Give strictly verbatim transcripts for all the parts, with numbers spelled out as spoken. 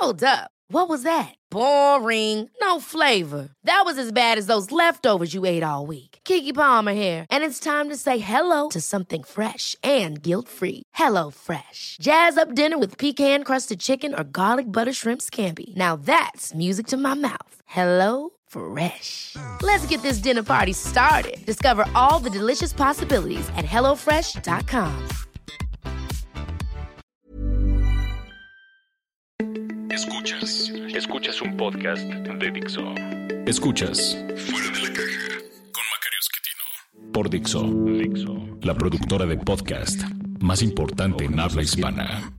Hold up. What was that? Boring. No flavor. That was as bad as those leftovers you ate all week. Keke Palmer here, and it's time to say hello to something fresh and guilt-free. Hello Fresh. Jazz up dinner with pecan-crusted chicken or garlic butter shrimp scampi. Now that's music to my mouth. Hello Fresh. Let's get this dinner party started. Discover all the delicious possibilities at hello fresh dot com. Escuchas, escuchas un podcast de Dixo. Escuchas Fuera de la Caja con Macario Esquetino por Dixo, Dixo, la productora de podcast más importante en habla hispana.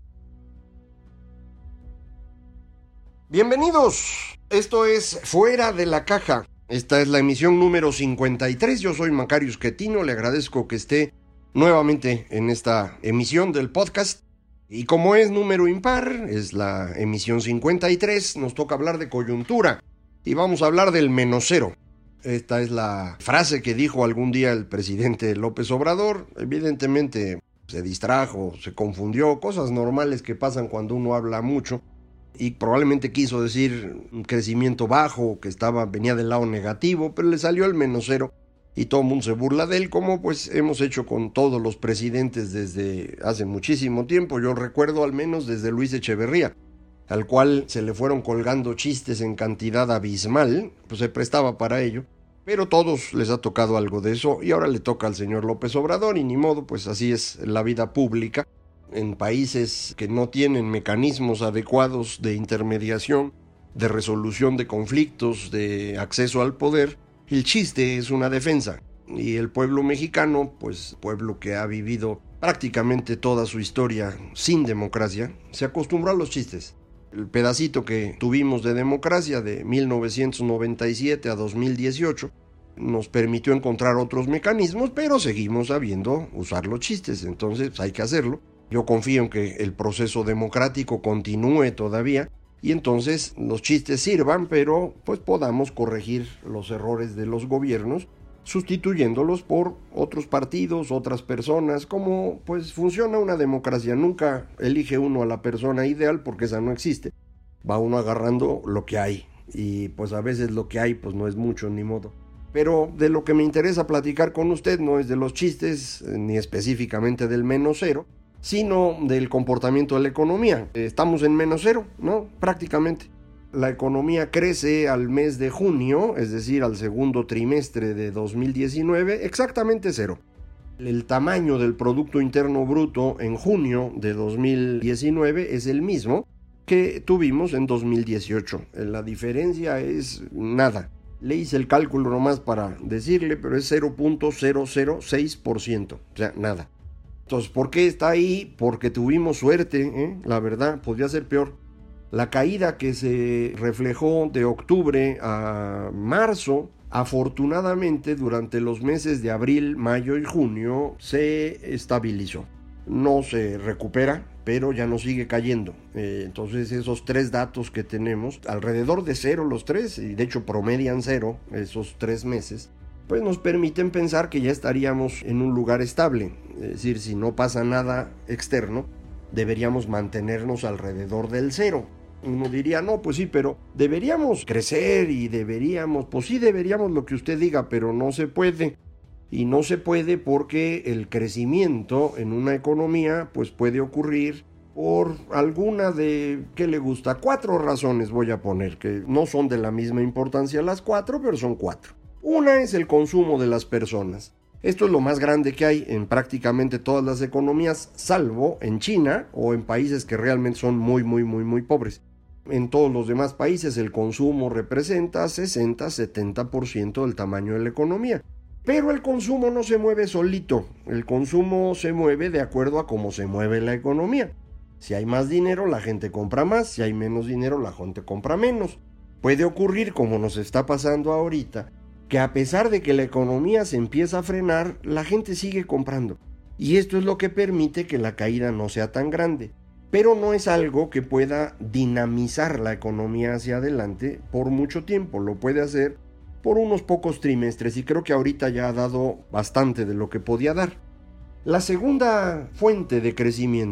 Bienvenidos, esto es Fuera de la Caja. Esta es la emisión número cincuenta y tres. Yo soy Macario Esquetino, le agradezco que esté nuevamente en esta emisión del podcast. Y como es número impar, es la emisión cincuenta y tres, nos toca hablar de coyuntura y vamos a hablar del menos cero. Esta es la frase que dijo algún día el presidente López Obrador. Evidentemente se distrajo, se confundió, cosas normales que pasan cuando uno habla mucho, y probablemente quiso decir un crecimiento bajo, que estaba, venía del lado negativo, pero le salió el menos cero. Y todo el mundo se burla de él, como pues hemos hecho con todos los presidentes desde hace muchísimo tiempo. Yo recuerdo al menos desde Luis Echeverría, al cual se le fueron colgando chistes en cantidad abismal, pues se prestaba para ello. Pero todos les ha tocado algo de eso, y ahora le toca al señor López Obrador, y ni modo, pues así es la vida pública. En países que no tienen mecanismos adecuados de intermediación, de resolución de conflictos, de acceso al poder, el chiste es una defensa, y el pueblo mexicano, pues pueblo que ha vivido prácticamente toda su historia sin democracia, se acostumbró a los chistes. El pedacito que tuvimos de democracia de mil novecientos noventa y siete a dos mil dieciocho nos permitió encontrar otros mecanismos, pero seguimos sabiendo usar los chistes, entonces pues, hay que hacerlo. Yo confío en que el proceso democrático continúe todavía, y entonces los chistes sirvan, pero pues podamos corregir los errores de los gobiernos sustituyéndolos por otros partidos, otras personas, como pues funciona una democracia. Nunca elige uno a la persona ideal porque esa no existe. Va uno agarrando lo que hay, y pues a veces lo que hay pues no es mucho, ni modo. Pero de lo que me interesa platicar con usted no es de los chistes, ni específicamente del menos cero, sino del comportamiento de la economía. Estamos en menos cero, ¿no? Prácticamente. La economía crece al mes de junio, es decir, al segundo trimestre de dos mil diecinueve, exactamente cero. El tamaño del Producto Interno Bruto en junio de dos mil diecinueve es el mismo que tuvimos en dos mil dieciocho. La diferencia es nada. Le hice el cálculo nomás para decirle, pero es cero punto cero cero seis por ciento, o sea, nada. Entonces, ¿por qué está ahí? Porque tuvimos suerte, ¿eh? La verdad, podría ser peor. La caída que se reflejó de octubre a marzo, afortunadamente durante los meses de abril, mayo y junio, se estabilizó. No se recupera, pero ya no sigue cayendo. Eh, entonces, esos tres datos que tenemos, alrededor de cero los tres, y de hecho promedian cero esos tres meses, pues nos permiten pensar que ya estaríamos en un lugar estable. Es decir, si no pasa nada externo, deberíamos mantenernos alrededor del cero. Uno diría, no, pues sí, pero deberíamos crecer y deberíamos, pues sí, deberíamos lo que usted diga, pero no se puede. Y no se puede porque el crecimiento en una economía, pues puede ocurrir por alguna de, ¿qué le gusta? Cuatro razones voy a poner, que no son de la misma importancia las cuatro, pero son cuatro. Una es el consumo de las personas. Esto es lo más grande que hay en prácticamente todas las economías, salvo en China o en países que realmente son muy, muy, muy, muy pobres. En todos los demás países el consumo representa sesenta a setenta por ciento del tamaño de la economía. Pero el consumo no se mueve solito, el consumo se mueve de acuerdo a cómo se mueve la economía. Si hay más dinero, la gente compra más, si hay menos dinero, la gente compra menos. Puede ocurrir, como nos está pasando ahorita, que a pesar de que la economía se empieza a frenar, la gente sigue comprando. Y esto es lo que permite que la caída no sea tan grande. Pero no es algo que pueda dinamizar la economía hacia adelante por mucho tiempo. Lo puede hacer por unos pocos trimestres, y creo que ahorita ya ha dado bastante de lo que podía dar. La segunda fuente de crecimiento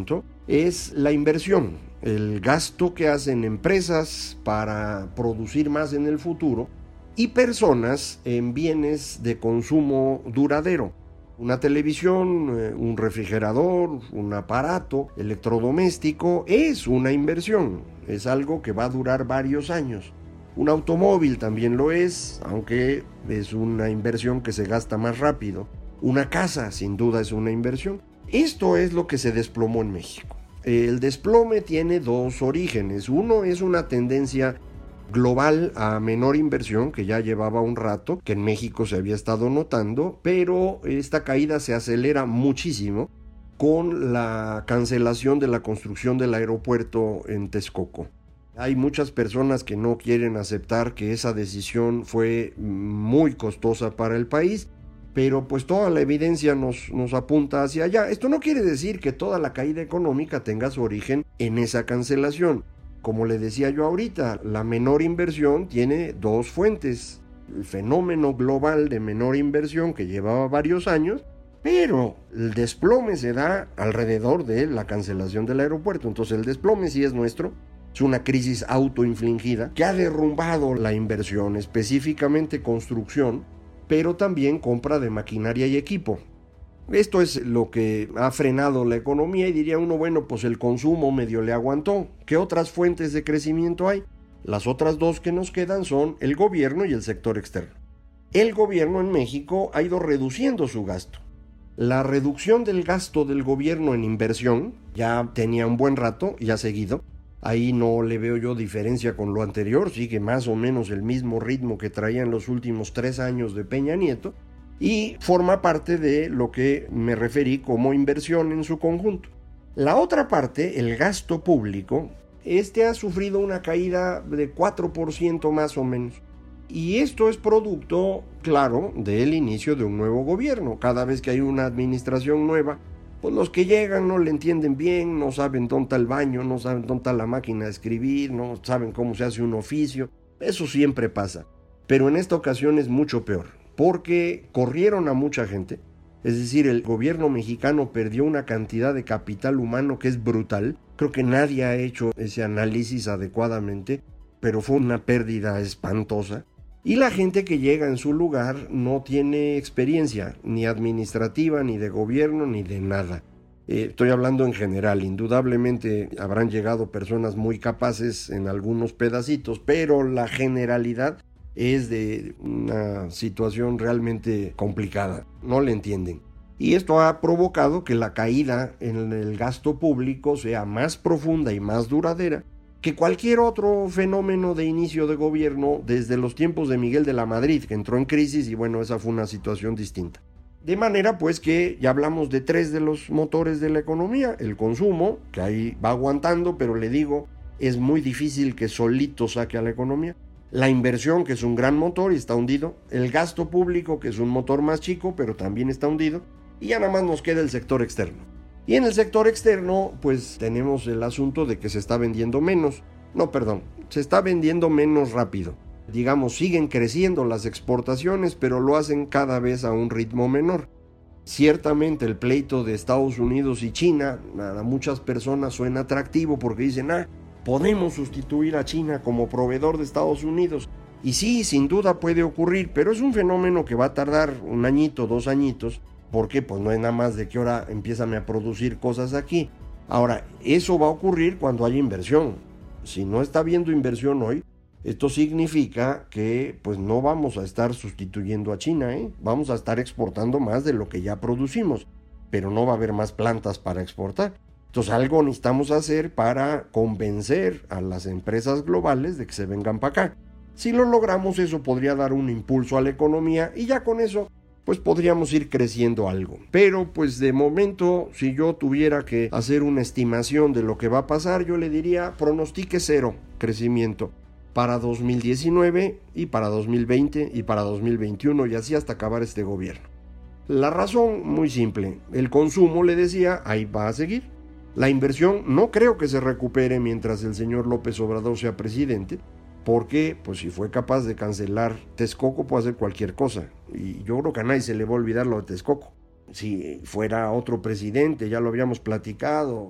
es la inversión, el gasto que hacen empresas para producir más en el futuro y personas en bienes de consumo duradero. Una televisión, un refrigerador, un aparato electrodoméstico es una inversión, es algo que va a durar varios años. Un automóvil también lo es, aunque es una inversión que se gasta más rápido. Una casa, sin duda, es una inversión. Esto es lo que se desplomó en México. El desplome tiene dos orígenes. Uno es una tendencia global a menor inversión, que ya llevaba un rato, que en México se había estado notando, pero esta caída se acelera muchísimo con la cancelación de la construcción del aeropuerto en Texcoco. Hay muchas personas que no quieren aceptar que esa decisión fue muy costosa para el país, pero pues toda la evidencia nos, nos apunta hacia allá. Esto no quiere decir que toda la caída económica tenga su origen en esa cancelación. Como le decía yo ahorita, la menor inversión tiene dos fuentes. El fenómeno global de menor inversión que llevaba varios años, pero el desplome se da alrededor de la cancelación del aeropuerto. Entonces el desplome sí es nuestro. Es una crisis autoinfligida que ha derrumbado la inversión, específicamente construcción, pero también compra de maquinaria y equipo. Esto es lo que ha frenado la economía y diría uno, bueno, pues el consumo medio le aguantó. ¿Qué otras fuentes de crecimiento hay? Las otras dos que nos quedan son el gobierno y el sector externo. El gobierno en México ha ido reduciendo su gasto. La reducción del gasto del gobierno en inversión ya tenía un buen rato y ha seguido. Ahí no le veo yo diferencia con lo anterior, sigue más o menos el mismo ritmo que traía en los últimos tres años de Peña Nieto. Y forma parte de lo que me referí como inversión en su conjunto. La otra parte, el gasto público, este ha sufrido una caída de cuatro por ciento más o menos. Y esto es producto, claro, del inicio de un nuevo gobierno. Cada vez que hay una administración nueva, pues los que llegan no le entienden bien, no saben dónde está el baño, no saben dónde está la máquina de escribir, no saben cómo se hace un oficio. Eso siempre pasa. Pero en esta ocasión es mucho peor, porque corrieron a mucha gente, es decir, el gobierno mexicano perdió una cantidad de capital humano que es brutal. Creo que nadie ha hecho ese análisis adecuadamente, pero fue una pérdida espantosa. Y la gente que llega en su lugar no tiene experiencia, ni administrativa, ni de gobierno, ni de nada. Eh, estoy hablando en general, indudablemente habrán llegado personas muy capaces en algunos pedacitos, pero la generalidad es de una situación realmente complicada, no le entienden. Y esto ha provocado que la caída en el gasto público sea más profunda y más duradera que cualquier otro fenómeno de inicio de gobierno desde los tiempos de Miguel de la Madrid, que entró en crisis y bueno, esa fue una situación distinta. De manera pues que ya hablamos de tres de los motores de la economía, el consumo, que ahí va aguantando, pero le digo, es muy difícil que solito saque a la economía. La inversión, que es un gran motor y está hundido, el gasto público, que es un motor más chico, pero también está hundido, y ya nada más nos queda el sector externo. Y en el sector externo, pues tenemos el asunto de que se está vendiendo menos, no, perdón, se está vendiendo menos rápido. Digamos, siguen creciendo las exportaciones, pero lo hacen cada vez a un ritmo menor. Ciertamente el pleito de Estados Unidos y China, a muchas personas suena atractivo porque dicen, ah, podemos sustituir a China como proveedor de Estados Unidos. Y sí, sin duda puede ocurrir, pero es un fenómeno que va a tardar un añito, dos añitos, porque pues no es nada más de que ahora empiezan a producir cosas aquí. Ahora, eso va a ocurrir cuando haya inversión. Si no está habiendo inversión hoy, esto significa que pues no vamos a estar sustituyendo a China, ¿eh? Vamos a estar exportando más de lo que ya producimos, pero no va a haber más plantas para exportar. Entonces algo necesitamos hacer para convencer a las empresas globales de que se vengan para acá. Si lo logramos, eso podría dar un impulso a la economía y ya con eso pues podríamos ir creciendo algo. Pero pues de momento, si yo tuviera que hacer una estimación de lo que va a pasar, yo le diría pronostique cero crecimiento para dos mil diecinueve y para dos mil veinte y para dos mil veintiuno y así hasta acabar este gobierno. La razón muy simple, el consumo, le decía, ahí va a seguir. La inversión no creo que se recupere mientras el señor López Obrador sea presidente, porque pues si fue capaz de cancelar Texcoco puede hacer cualquier cosa, y yo creo que a nadie se le va a olvidar lo de Texcoco. Si fuera otro presidente, ya lo habíamos platicado,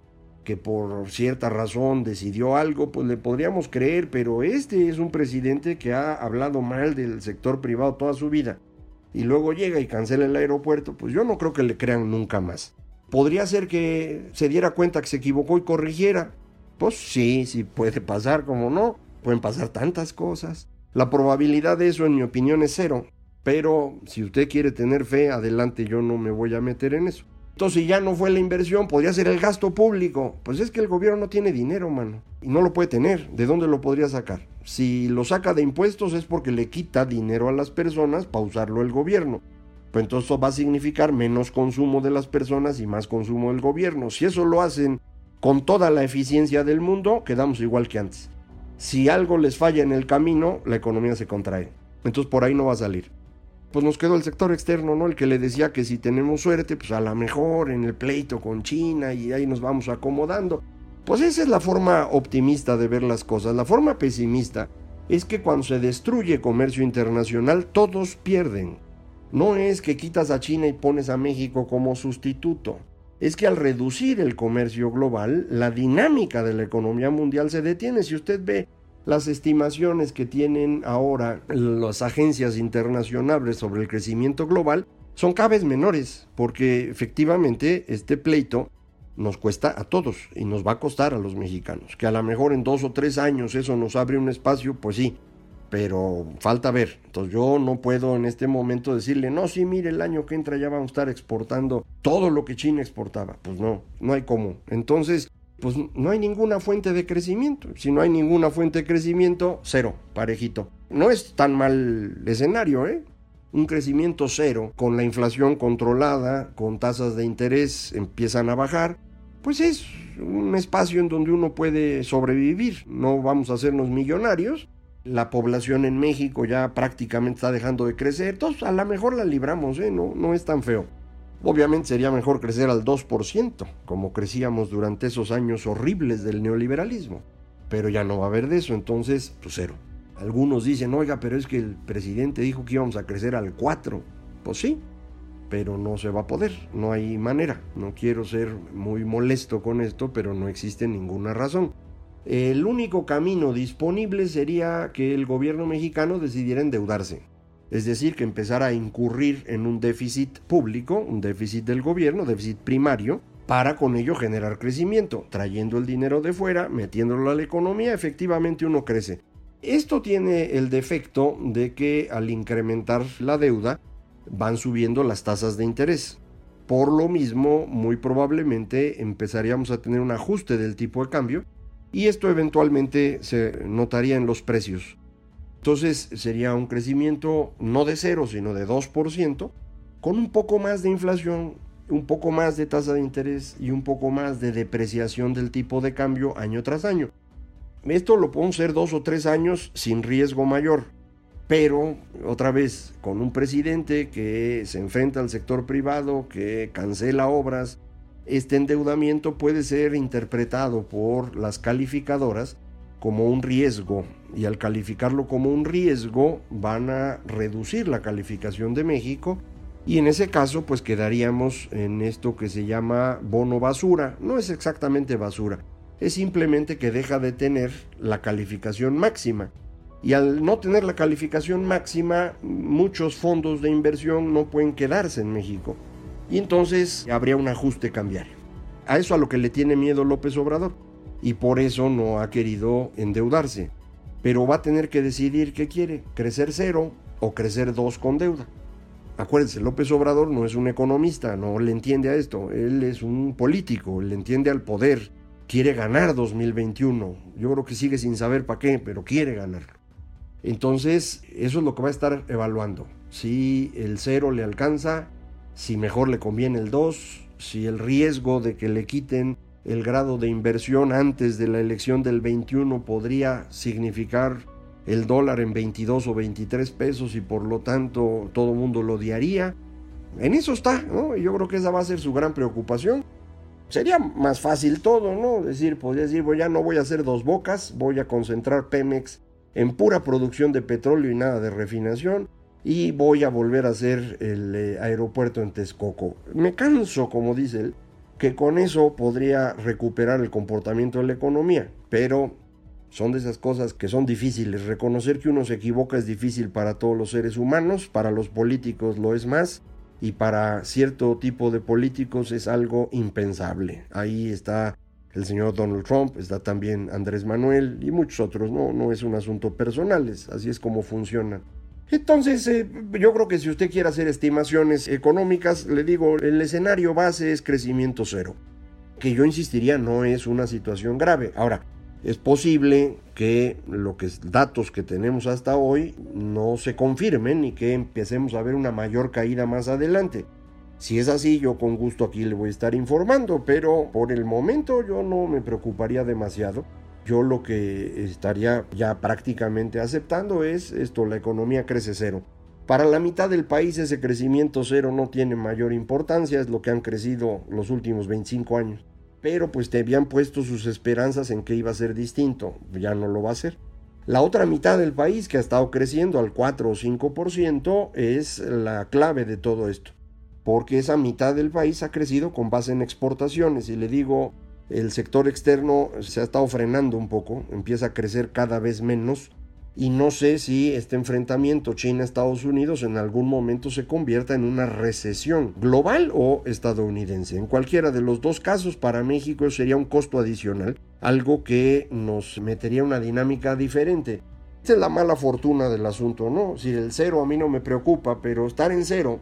que por cierta razón decidió algo, pues le podríamos creer, pero este es un presidente que ha hablado mal del sector privado toda su vida y luego llega y cancela el aeropuerto, pues yo no creo que le crean nunca más. ¿Podría ser que se diera cuenta que se equivocó y corrigiera? Pues sí, sí puede pasar, como no, pueden pasar tantas cosas. La probabilidad de eso, en mi opinión, es cero, pero si usted quiere tener fe, adelante, yo no me voy a meter en eso. Entonces ya no fue la inversión, podría ser el gasto público. Pues es que el gobierno no tiene dinero, mano, y no lo puede tener. ¿De dónde lo podría sacar? Si lo saca de impuestos es porque le quita dinero a las personas para usarlo el gobierno. Pues entonces eso va a significar menos consumo de las personas y más consumo del gobierno. Si eso lo hacen con toda la eficiencia del mundo, quedamos igual que antes. Si algo les falla en el camino, la economía se contrae. Entonces por ahí no va a salir. Pues nos quedó el sector externo, ¿no? El que le decía que si tenemos suerte, pues a lo mejor en el pleito con China y ahí nos vamos acomodando. Pues esa es la forma optimista de ver las cosas. La forma pesimista es que cuando se destruye comercio internacional, todos pierden. No es que quitas a China y pones a México como sustituto. Es que al reducir el comercio global, la dinámica de la economía mundial se detiene. Si usted ve las estimaciones que tienen ahora las agencias internacionales sobre el crecimiento global, son cada vez menores, porque efectivamente este pleito nos cuesta a todos y nos va a costar a los mexicanos. Que a lo mejor en dos o tres años eso nos abre un espacio, pues sí, pero falta ver. Entonces yo no puedo en este momento decirle, no, sí, mire, el año que entra ya vamos a estar exportando todo lo que China exportaba. Pues no, no hay cómo. Entonces, pues no hay ninguna fuente de crecimiento. Si no hay ninguna fuente de crecimiento, cero, parejito. No es tan mal escenario, ¿eh? Un crecimiento cero, con la inflación controlada, con tasas de interés empiezan a bajar, pues es un espacio en donde uno puede sobrevivir. No vamos a hacernos millonarios. La población en México ya prácticamente está dejando de crecer. Entonces a lo mejor la libramos, ¿eh? No, no es tan feo. Obviamente sería mejor crecer al dos por ciento, como crecíamos durante esos años horribles del neoliberalismo. Pero ya no va a haber de eso, entonces, pues cero. Algunos dicen, oiga, pero es que el presidente dijo que íbamos a crecer al cuatro. Pues sí, pero no se va a poder, no hay manera. No quiero ser muy molesto con esto, pero no existe ninguna razón. El único camino disponible sería que el gobierno mexicano decidiera endeudarse. Es decir, que empezara a incurrir en un déficit público, un déficit del gobierno, déficit primario, para con ello generar crecimiento, trayendo el dinero de fuera, metiéndolo a la economía, efectivamente uno crece. Esto tiene el defecto de que al incrementar la deuda van subiendo las tasas de interés. Por lo mismo, muy probablemente empezaríamos a tener un ajuste del tipo de cambio y esto eventualmente se notaría en los precios. Entonces sería un crecimiento no de cero, sino de dos por ciento, con un poco más de inflación, un poco más de tasa de interés y un poco más de depreciación del tipo de cambio año tras año. Esto lo podemos hacer dos o tres años sin riesgo mayor, pero otra vez con un presidente que se enfrenta al sector privado, que cancela obras, este endeudamiento puede ser interpretado por las calificadoras como un riesgo, y al calificarlo como un riesgo van a reducir la calificación de México y en ese caso pues quedaríamos en esto que se llama bono basura. No es exactamente basura, es simplemente que deja de tener la calificación máxima y al no tener la calificación máxima muchos fondos de inversión no pueden quedarse en México y entonces habría un ajuste cambiario. A eso a lo que le tiene miedo López Obrador. Y por eso no ha querido endeudarse. Pero va a tener que decidir qué quiere, crecer cero o crecer dos con deuda. Acuérdense, López Obrador no es un economista, no le entiende a esto. Él es un político, le entiende al poder. Quiere ganar dos mil veintiuno. Yo creo que sigue sin saber para qué, pero quiere ganarlo. Entonces, eso es lo que va a estar evaluando. Si el cero le alcanza, si mejor le conviene el dos, si el riesgo de que le quiten el grado de inversión antes de la elección del veintiuno podría significar el dólar en veintidós o veintitrés pesos y por lo tanto todo el mundo lo odiaría. En eso está, ¿no? Yo creo que esa va a ser su gran preocupación. Sería más fácil todo, ¿no? Decir, podría decir, pues ya no voy a hacer dos bocas, voy a concentrar Pemex en pura producción de petróleo y nada de refinación y voy a volver a hacer el eh, aeropuerto en Texcoco. Me canso, como dice él, que con eso podría recuperar el comportamiento de la economía, pero son de esas cosas que son difíciles. Reconocer que uno se equivoca es difícil para todos los seres humanos, para los políticos lo es más, y para cierto tipo de políticos es algo impensable. Ahí está el señor Donald Trump, está también Andrés Manuel y muchos otros. No, no es un asunto personal, es, así es como funcionan. Entonces, eh, yo creo que si usted quiere hacer estimaciones económicas, le digo, el escenario base es crecimiento cero, que yo insistiría no es una situación grave. Ahora, es posible que los que, datos que tenemos hasta hoy no se confirmen y que empecemos a ver una mayor caída más adelante. Si es así, yo con gusto aquí le voy a estar informando, pero por el momento yo no me preocuparía demasiado. Yo lo que estaría ya prácticamente aceptando es esto, la economía crece cero. Para la mitad del país ese crecimiento cero no tiene mayor importancia, es lo que han crecido los últimos veinticinco años. Pero pues te habían puesto sus esperanzas en que iba a ser distinto, ya no lo va a ser. La otra mitad del país, que ha estado creciendo al cuatro o cinco por ciento, es la clave de todo esto, porque esa mitad del país ha crecido con base en exportaciones, y le digo, el sector externo se ha estado frenando un poco, empieza a crecer cada vez menos, y no sé si este enfrentamiento China-Estados Unidos en algún momento se convierta en una recesión global o estadounidense. En cualquiera de los dos casos, para México sería un costo adicional, algo que nos metería en una dinámica diferente. Esta es la mala fortuna del asunto, ¿no? Si el cero a mí no me preocupa, pero estar en cero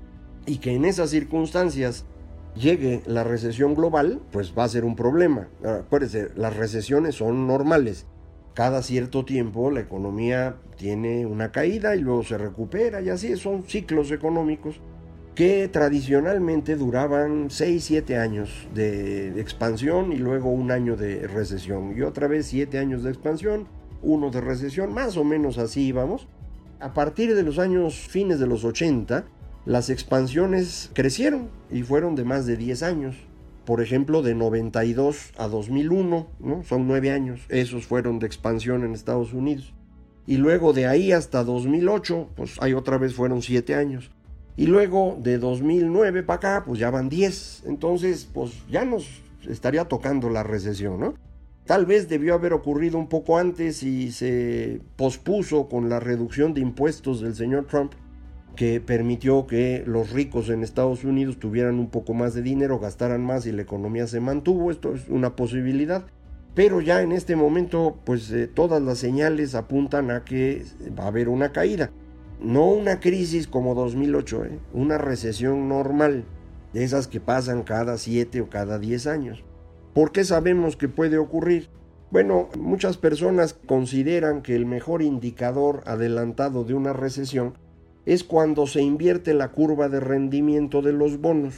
y que en esas circunstancias llegue la recesión global, pues va a ser un problema. Acuérdense, las recesiones son normales. Cada cierto tiempo la economía tiene una caída y luego se recupera, y así son ciclos económicos que tradicionalmente duraban seis siete años de expansión y luego un año de recesión, y otra vez siete años de expansión, uno de recesión, más o menos así íbamos. A partir de los años fines de los ochenta, las expansiones crecieron y fueron de más de diez años. Por ejemplo, de noventa y dos a dos mil uno, ¿no? Son nueve años, esos fueron de expansión en Estados Unidos. Y luego de ahí hasta dos mil ocho, pues ahí otra vez fueron siete años. Y luego de dos mil nueve para acá, pues ya van diez. Entonces, pues ya nos estaría tocando la recesión, ¿no? Tal vez debió haber ocurrido un poco antes y se pospuso con la reducción de impuestos del señor Trump, que permitió que los ricos en Estados Unidos tuvieran un poco más de dinero, gastaran más y la economía se mantuvo. Esto es una posibilidad, pero ya en este momento pues eh, todas las señales apuntan a que va a haber una caída, no una crisis como dos mil ocho, ¿eh? Una recesión normal, de esas que pasan cada siete o cada diez años. ¿Por qué sabemos que puede ocurrir? Bueno, muchas personas consideran que el mejor indicador adelantado de una recesión es cuando se invierte la curva de rendimiento de los bonos.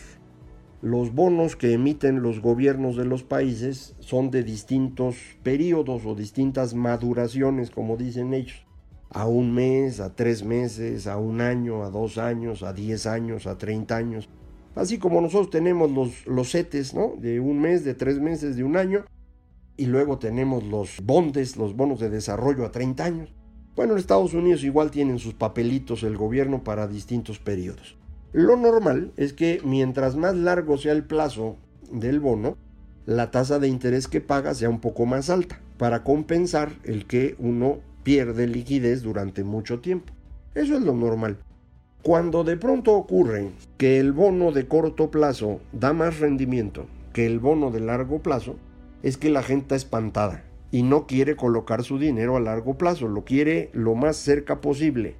Los bonos que emiten los gobiernos de los países son de distintos periodos o distintas maduraciones, como dicen ellos. A un mes, a tres meses, a un año, a dos años, a diez años, a treinta años. Así como nosotros tenemos los, los CETES, ¿no? De un mes, de tres meses, de un año. Y luego tenemos los bondes, los bonos de desarrollo a treinta años. Bueno, en Estados Unidos igual tienen sus papelitos el gobierno para distintos periodos. Lo normal es que mientras más largo sea el plazo del bono, la tasa de interés que paga sea un poco más alta, para compensar el que uno pierde liquidez durante mucho tiempo. Eso es lo normal. Cuando de pronto ocurre que el bono de corto plazo da más rendimiento que el bono de largo plazo, es que la gente está espantada y no quiere colocar su dinero a largo plazo, lo quiere lo más cerca posible.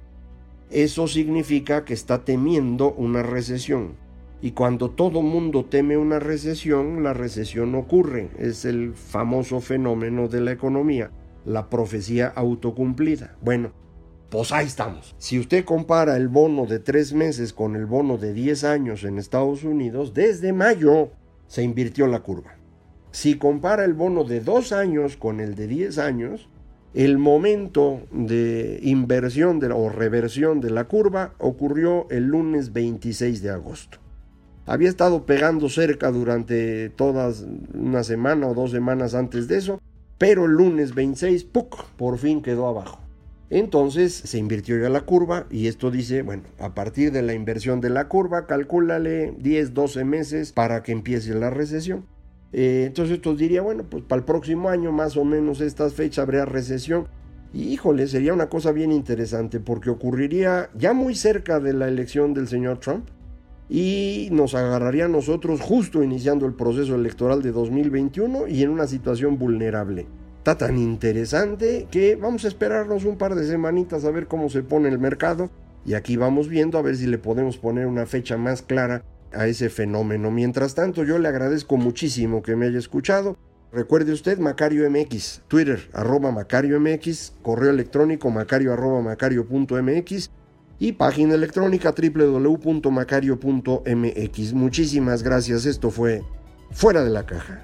Eso significa que está temiendo una recesión. Y cuando todo mundo teme una recesión, la recesión ocurre. Es el famoso fenómeno de la economía, la profecía autocumplida. Bueno, pues ahí estamos. Si usted compara el bono de tres meses con el bono de diez años en Estados Unidos, desde mayo se invirtió la curva. Si compara el bono de dos años con el de diez años, el momento de inversión de la, o reversión de la curva ocurrió el lunes veintiséis de agosto. Había estado pegando cerca durante todas una semana o dos semanas antes de eso, pero el lunes veintiséis, ¡puc!, por fin quedó abajo. Entonces se invirtió ya la curva y esto dice, bueno, a partir de la inversión de la curva, calcúlale diez, doce meses para que empiece la recesión. Eh, entonces esto diría, bueno, pues para el próximo año más o menos estas fechas habría recesión. Y híjole, sería una cosa bien interesante porque ocurriría ya muy cerca de la elección del señor Trump y nos agarraría a nosotros justo iniciando el proceso electoral de dos mil veintiuno y en una situación vulnerable. Está tan interesante que vamos a esperarnos un par de semanitas a ver cómo se pone el mercado y aquí vamos viendo a ver si le podemos poner una fecha más clara a ese fenómeno. Mientras tanto, yo le agradezco muchísimo que me haya escuchado. Recuerde usted, Macario M X, Twitter, arroba Macario M X, correo electrónico macario arroba macario punto m x y página electrónica doble u doble u doble u punto macario punto m x. Muchísimas gracias, esto fue Fuera de la Caja.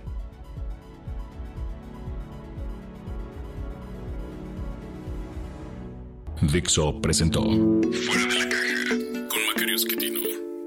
Dixo presentó Fuera de la Caja con Macario Schettino.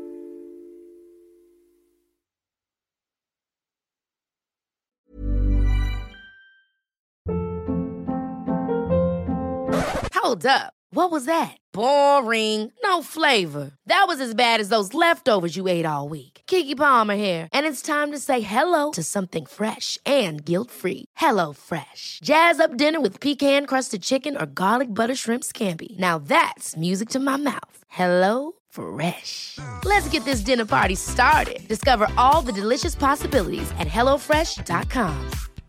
Hold up. What was that? Boring. No flavor. That was as bad as those leftovers you ate all week. Keke Palmer here, and it's time to say hello to something fresh and guilt-free. Hello Fresh. Jazz up dinner with pecan-crusted chicken or garlic butter shrimp scampi. Now that's music to my mouth. Hello Fresh. Let's get this dinner party started. Discover all the delicious possibilities at hello fresh dot com.